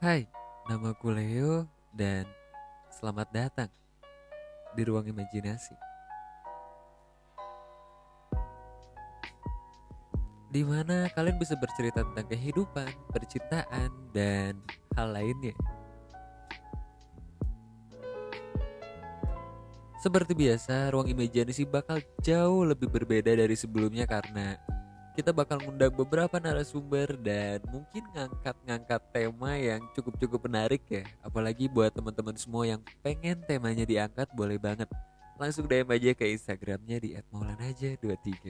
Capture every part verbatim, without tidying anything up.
Hai, namaku Leo dan selamat datang di ruang imajinasi, di mana kalian bisa bercerita tentang kehidupan, percintaan, dan hal lainnya. Seperti biasa, ruang imajinasi bakal jauh lebih berbeda dari sebelumnya karena kita bakal ngundang beberapa narasumber dan mungkin ngangkat-ngangkat tema yang cukup-cukup menarik ya. Apalagi buat teman-teman semua yang pengen temanya diangkat, boleh banget langsung D M aja ke Instagramnya di et maulanaja dua tiga.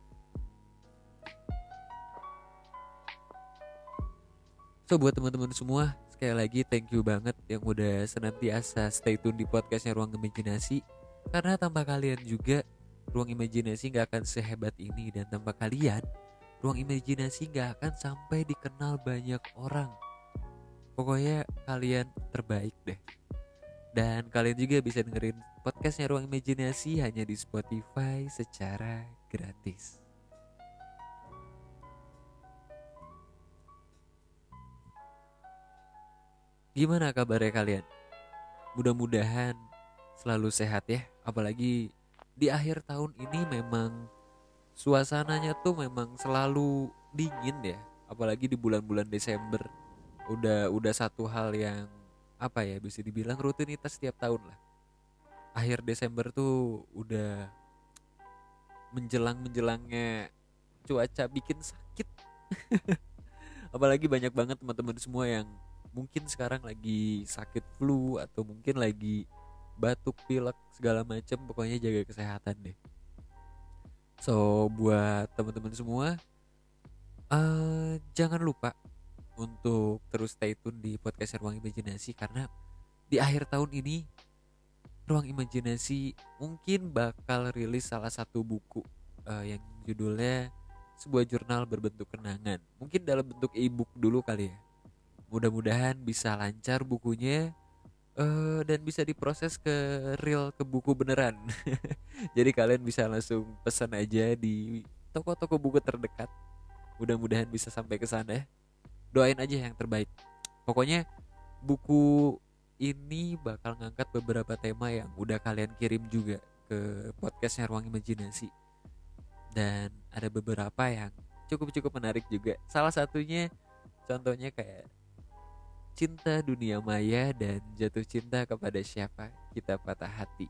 So buat teman-teman semua, sekali lagi thank you banget yang udah senantiasa stay tune di podcastnya Ruang Imajinasi. Karena tanpa kalian juga Ruang Imajinasi gak akan sehebat ini. Dan tanpa kalian Ruang Imajinasi gak akan sampai dikenal banyak orang. Pokoknya kalian terbaik deh. Dan kalian juga bisa dengerin podcastnya Ruang Imajinasi hanya di Spotify secara gratis. Gimana kabarnya kalian? Mudah-mudahan selalu sehat ya. Apalagi di akhir tahun ini memang suasananya tuh memang selalu dingin ya. Apalagi di bulan-bulan Desember. Udah udah satu hal yang apa ya, bisa dibilang rutinitas setiap tahun lah. Akhir Desember tuh udah menjelang-menjelangnya cuaca bikin sakit. Apalagi banyak banget teman-teman semua yang mungkin sekarang lagi sakit flu atau mungkin lagi batuk pilek segala macam. Pokoknya jaga kesehatan deh. So buat teman-teman semua, uh, jangan lupa untuk terus stay tune di podcast Ruang Imajinasi. Karena di akhir tahun ini Ruang Imajinasi mungkin bakal rilis salah satu buku uh, yang judulnya sebuah jurnal berbentuk kenangan. Mungkin dalam bentuk e-book dulu kali ya. Mudah-mudahan bisa lancar bukunya, uh, dan bisa diproses ke real, ke buku beneran. Jadi kalian bisa langsung pesan aja di toko-toko buku terdekat. Mudah-mudahan bisa sampai ke sana. Doain aja yang terbaik. Pokoknya buku ini bakal ngangkat beberapa tema yang udah kalian kirim juga ke podcastnya Ruang Imajinasi. Dan ada beberapa yang cukup-cukup menarik juga. Salah satunya contohnya kayak cinta dunia maya dan jatuh cinta kepada siapa kita patah hati.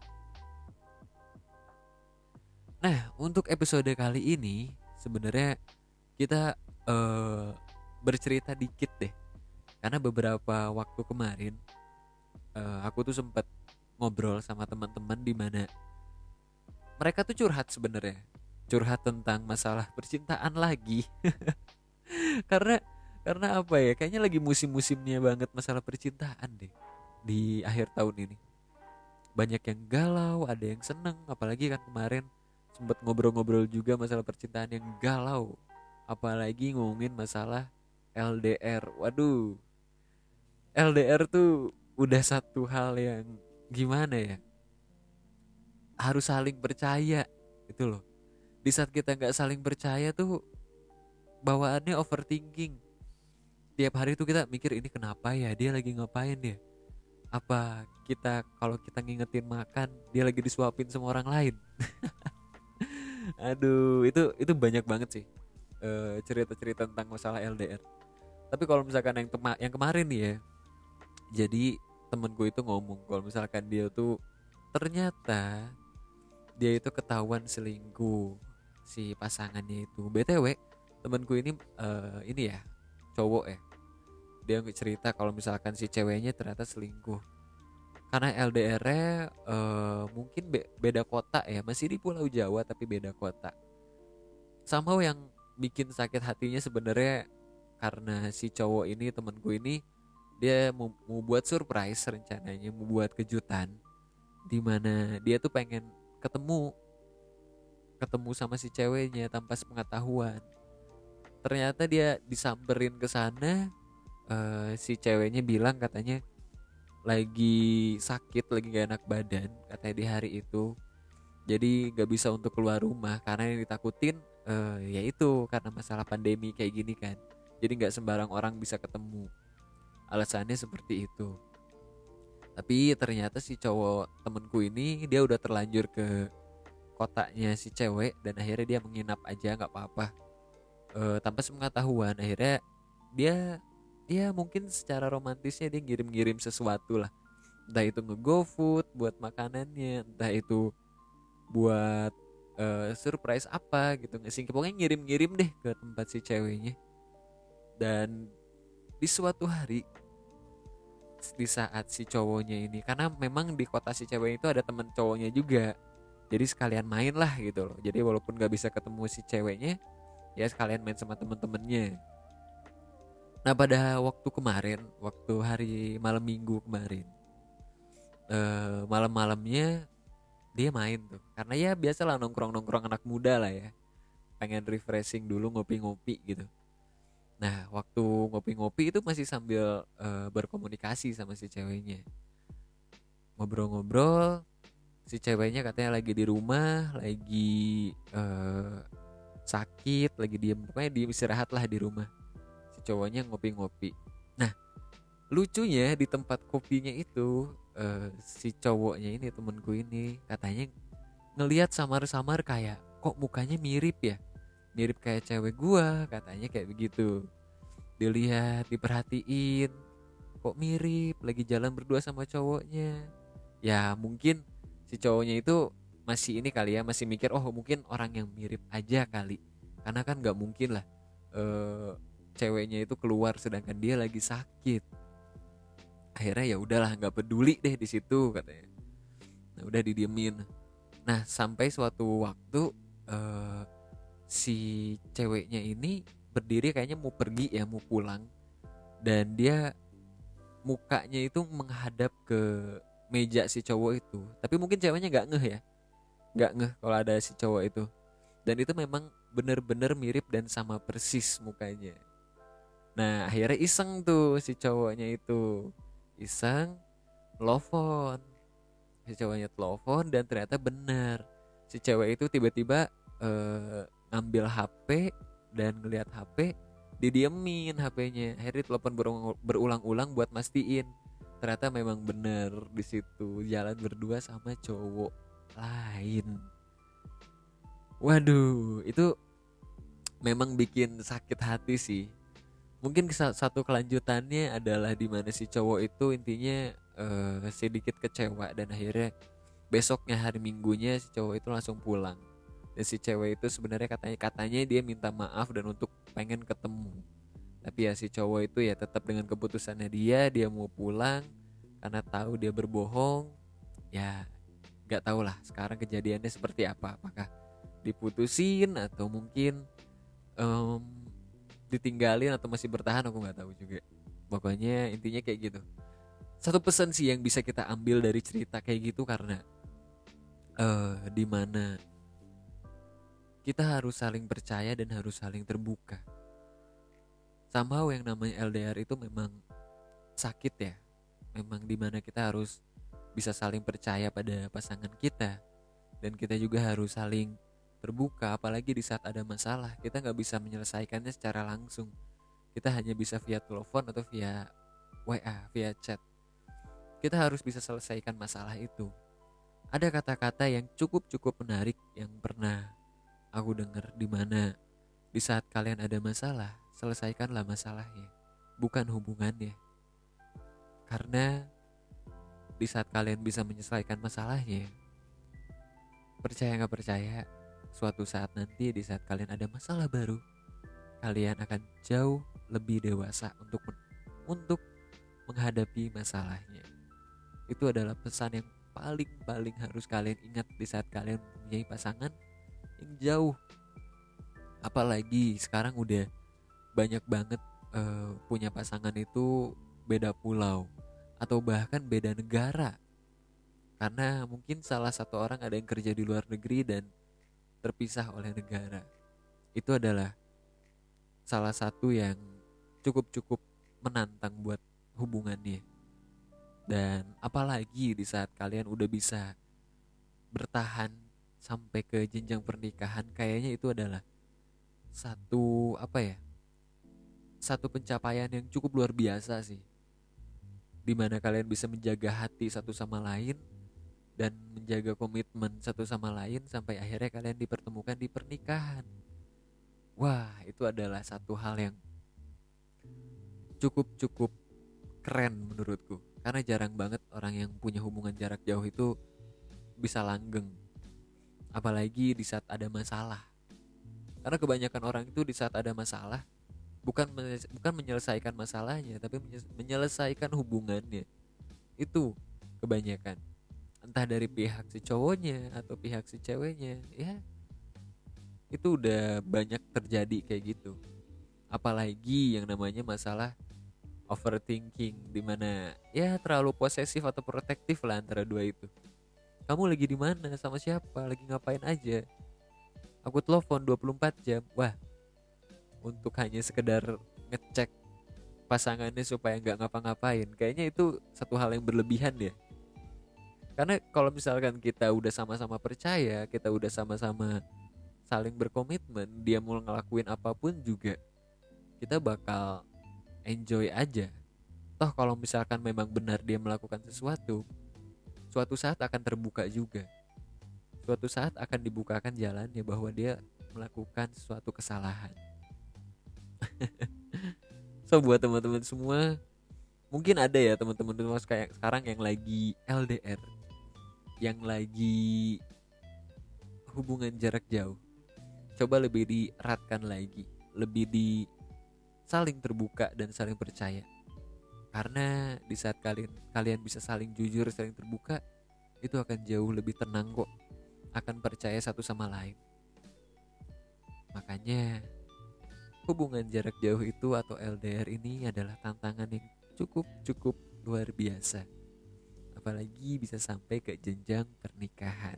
Nah, untuk episode kali ini sebenarnya kita uh, bercerita dikit deh. Karena beberapa waktu kemarin uh, aku tuh sempat ngobrol sama teman-teman di mana mereka tuh curhat sebenarnya. Curhat tentang masalah percintaan lagi. Karena karena apa ya? Kayaknya lagi musim-musimnya banget masalah percintaan deh di akhir tahun ini. Banyak yang galau, ada yang seneng. Apalagi kan kemarin sempat ngobrol-ngobrol juga masalah percintaan yang galau. Apalagi ngomongin masalah L D R. Waduh, L D R tuh udah satu hal yang gimana ya? Harus saling percaya itu loh. Di saat kita nggak saling percaya tuh bawaannya overthinking. Tiap hari tuh kita mikir, ini kenapa ya, dia lagi ngapain ya? Apa kita kalau kita ngingetin makan dia lagi disuapin sama orang lain? Aduh, itu itu banyak banget sih uh, cerita-cerita tentang masalah L D R. Tapi kalau misalkan yang tema- yang kemarin nih ya, jadi temenku itu ngomong kalau misalkan dia tuh ternyata dia itu ketahuan selingkuh si pasangannya itu. B T W temenku ini uh, ini ya cowok ya. Dia cerita kalau misalkan si ceweknya ternyata selingkuh. Karena L D R-nya uh, mungkin be- beda kota ya, masih di Pulau Jawa tapi beda kota. Somehow yang bikin sakit hatinya sebenarnya karena si cowok ini, temanku ini, dia mau, mau buat surprise rencananya, mau buat kejutan di mana dia tuh pengen ketemu ketemu sama si ceweknya tanpa sepengetahuan. Ternyata dia disamperin ke sana, uh, si ceweknya bilang katanya lagi sakit, lagi gak enak badan katanya di hari itu. Jadi gak bisa untuk keluar rumah karena yang ditakutin uh, ya itu karena masalah pandemi kayak gini kan. Jadi gak sembarang orang bisa ketemu. alasannya seperti itu. Tapi ternyata si cowok temenku ini dia udah terlanjur ke kotanya si cewek dan akhirnya dia menginap aja nggak apa-apa. E, tanpa sepengetahuan akhirnya dia ya mungkin secara romantisnya dia ngirim-ngirim sesuatu lah, entah itu nge-GoFood buat makanannya, entah itu buat uh, surprise apa gitu nggak sih, pokoknya ngirim-ngirim deh ke tempat si ceweknya. Dan di suatu hari di saat si cowoknya ini, karena memang di kota si cewek itu ada teman cowoknya juga, jadi sekalian main lah gitu loh. Jadi walaupun nggak bisa ketemu si ceweknya ya sekalian main sama temen-temennya. Nah pada waktu kemarin, waktu hari malam minggu kemarin, uh, malam-malamnya dia main tuh, karena ya biasalah nongkrong-nongkrong anak muda lah ya, pengen refreshing dulu, ngopi-ngopi gitu. Nah waktu ngopi-ngopi itu masih sambil uh, berkomunikasi sama si ceweknya, ngobrol-ngobrol. Si ceweknya katanya lagi di rumah, lagi uh, sakit, lagi diem, pokoknya diem istirahat lah di rumah. Si cowoknya ngopi-ngopi. Nah lucunya di tempat kopinya itu uh, si cowoknya ini, temenku ini, katanya ngelihat samar-samar kayak kok mukanya mirip ya, mirip kayak cewek gua, katanya kayak begitu. Dilihat, diperhatiin, kok mirip, lagi jalan berdua sama cowoknya. Ya mungkin si cowoknya itu masih ini kali ya, masih mikir oh mungkin orang yang mirip aja kali, karena kan nggak mungkin lah uh, ceweknya itu keluar sedangkan dia lagi sakit. Akhirnya ya udahlah nggak peduli deh di situ katanya. Nah udah didiemin. Nah sampai suatu waktu uh, si ceweknya ini berdiri kayaknya mau pergi ya, mau pulang, dan dia mukanya itu menghadap ke meja si cowok itu. Tapi mungkin ceweknya nggak ngeh ya, nggak ngeh kalau ada si cowok itu. Dan itu memang bener-bener mirip dan sama persis mukanya. Nah akhirnya iseng tuh si cowoknya itu, iseng telepon. Si cowoknya telepon dan ternyata benar, si cewek itu tiba-tiba eh, ngambil H P dan ngelihat H P, didiemin H P-nya. Akhirnya telepon berulang-ulang buat mastiin ternyata memang benar di situ jalan berdua sama cowok lain. Waduh, itu memang bikin sakit hati sih. Mungkin satu kelanjutannya adalah di mana si cowok itu intinya uh, sedikit kecewa dan akhirnya besoknya hari minggunya si cowok itu langsung pulang. Dan si cewek itu sebenarnya katanya katanya dia minta maaf dan untuk pengen ketemu. Tapi ya si cowok itu ya tetap dengan keputusannya dia, dia mau pulang karena tahu dia berbohong. Ya nggak tahu lah sekarang kejadiannya seperti apa, apakah diputusin atau mungkin um, ditinggalin atau masih bertahan, aku nggak tahu juga. Pokoknya intinya kayak gitu. Satu pesan sih yang bisa kita ambil dari cerita kayak gitu, karena uh, di mana kita harus saling percaya dan harus saling terbuka. Somehow yang namanya L D R itu memang sakit ya. Memang dimana kita harus bisa saling percaya pada pasangan kita, dan kita juga harus saling terbuka. Apalagi di saat ada masalah, kita gak bisa menyelesaikannya secara langsung. Kita hanya bisa via telepon atau via W A, via chat. Kita harus bisa selesaikan masalah itu. Ada kata-kata yang cukup-cukup menarik yang pernah aku dengar, di mana di saat kalian ada masalah, selesaikanlah masalahnya, bukan hubungannya. Karena di saat kalian bisa menyelesaikan masalahnya, percaya gak percaya, suatu saat nanti di saat kalian ada masalah baru, kalian akan jauh lebih dewasa untuk men- untuk menghadapi masalahnya. Itu adalah pesan yang paling-paling harus kalian ingat di saat kalian mempunyai pasangan yang jauh. Apalagi sekarang udah banyak banget uh, punya pasangan itu beda pulau atau bahkan beda negara, karena mungkin salah satu orang ada yang kerja di luar negeri dan terpisah oleh negara. Itu adalah salah satu yang cukup-cukup menantang buat hubungannya. Dan apalagi di saat kalian udah bisa bertahan sampai ke jenjang pernikahan, kayaknya itu adalah satu apa ya, satu pencapaian yang cukup luar biasa sih. dimana kalian bisa menjaga hati satu sama lain dan menjaga komitmen satu sama lain sampai akhirnya kalian dipertemukan di pernikahan. Wah, itu adalah satu hal yang cukup-cukup keren menurutku. Karena jarang banget orang yang punya hubungan jarak jauh itu bisa langgeng. Apalagi di saat ada masalah. Karena kebanyakan orang itu di saat ada masalah bukan bukan menyelesaikan masalahnya, tapi menyelesaikan hubungannya. Itu kebanyakan. Entah dari pihak si cowoknya atau pihak si ceweknya, ya itu udah banyak terjadi kayak gitu. Apalagi yang namanya masalah overthinking, dimana ya terlalu posesif atau protektif lah antara dua itu. Kamu lagi di mana, sama siapa, lagi ngapain aja, aku telepon dua puluh empat jam. Wah, untuk hanya sekedar ngecek pasangannya supaya nggak ngapa-ngapain, kayaknya itu satu hal yang berlebihan ya. Karena kalau misalkan kita udah sama-sama percaya, kita udah sama-sama saling berkomitmen, dia mau ngelakuin apapun juga kita bakal enjoy aja. Toh kalau misalkan memang benar dia melakukan sesuatu, suatu saat akan terbuka juga. Suatu saat akan dibukakan jalannya bahwa dia melakukan suatu kesalahan. So buat teman-teman semua, mungkin ada ya teman-teman semua kayak sekarang yang lagi L D R, yang lagi hubungan jarak jauh, coba lebih dieratkan lagi, lebih di saling terbuka dan saling percaya. Karena di saat kalian kalian bisa saling jujur, saling terbuka, itu akan jauh lebih tenang kok, akan percaya satu sama lain. Makanya hubungan jarak jauh itu atau L D R ini adalah tantangan yang cukup-cukup luar biasa. Apalagi bisa sampai ke jenjang pernikahan.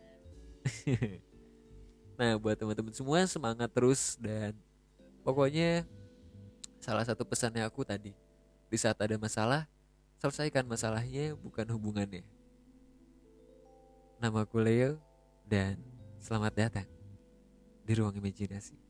Nah, buat teman-teman semua, semangat terus. Dan pokoknya salah satu pesannya aku tadi, di saat ada masalah, selesaikan masalahnya, bukan hubungannya. Namaku Leo, dan selamat datang di Ruang Imajinasi.